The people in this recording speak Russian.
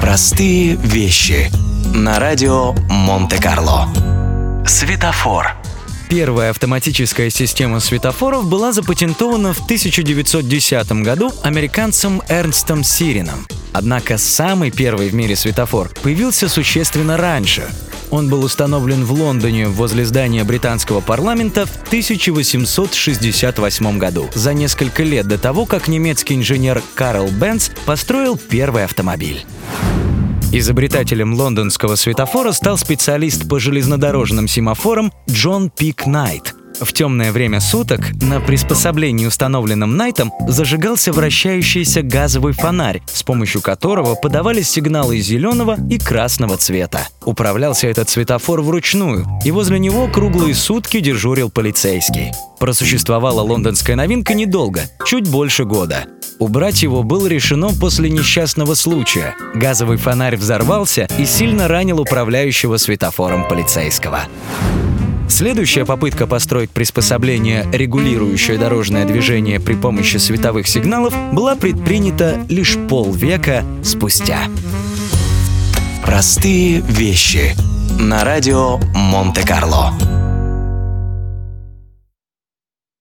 Простые вещи на радио Монте-Карло. Светофор. Первая автоматическая система светофоров была запатентована в 1910 году американцем Эрнстом Сирином. Однако самый первый в мире светофор появился существенно раньше. Он был установлен в Лондоне возле здания британского парламента в 1868 году, за несколько лет до того, как немецкий инженер Карл Бенц построил первый автомобиль. Изобретателем лондонского светофора стал специалист по железнодорожным семафорам Джон Пик Найт. В темное время суток на приспособлении, установленном Найтом, зажигался вращающийся газовый фонарь, с помощью которого подавались сигналы зеленого и красного цвета. Управлялся этот светофор вручную, и возле него круглые сутки дежурил полицейский. Просуществовала лондонская новинка недолго, чуть больше года. Убрать его было решено после несчастного случая. Газовый фонарь взорвался и сильно ранил управляющего светофором полицейского. Следующая попытка построить приспособление, регулирующее дорожное движение при помощи световых сигналов, была предпринята лишь полвека спустя. Простые вещи на радио Монте-Карло.